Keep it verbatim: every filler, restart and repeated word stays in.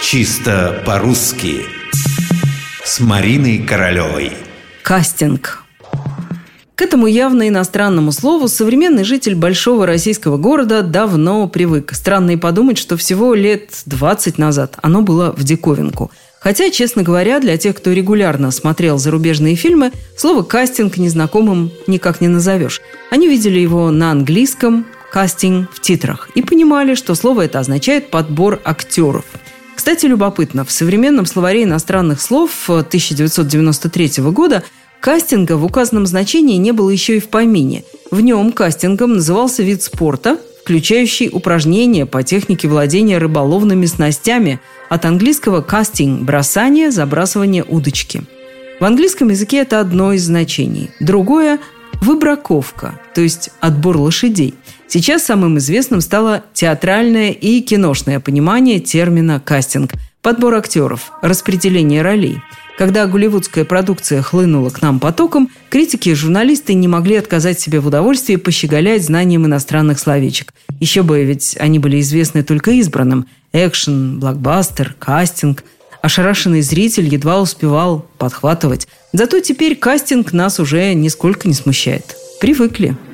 Чисто по-русски с Мариной Королевой. Кастинг. К этому явно иностранному слову современный житель большого российского города давно привык. Странно и подумать, что всего лет двадцать назад оно было в диковинку. Хотя, честно говоря, для тех, кто регулярно смотрел зарубежные фильмы, слово «кастинг» незнакомым никак не назовешь. Они видели его на английском «кастинг» в титрах и понимали, что слово это означает «подбор актеров». Кстати, любопытно, в современном словаре иностранных слов тысяча девятьсот девяносто третьего года кастинга в указанном значении не было еще и в помине. В нем кастингом назывался вид спорта, включающий упражнения по технике владения рыболовными снастями, от английского «кастинг» – бросание, забрасывание удочки. В английском языке это одно из значений. Другое – выбраковка, то есть отбор лошадей. Сейчас самым известным стало театральное и киношное понимание термина «кастинг» – подбор актеров, распределение ролей. Когда голливудская продукция хлынула к нам потоком, критики и журналисты не могли отказать себе в удовольствии пощеголять знанием иностранных словечек. Еще бы, ведь они были известны только избранным. Экшен, блокбастер, кастинг. Ошарашенный зритель едва успевал подхватывать. Зато теперь кастинг нас уже нисколько не смущает. Привыкли.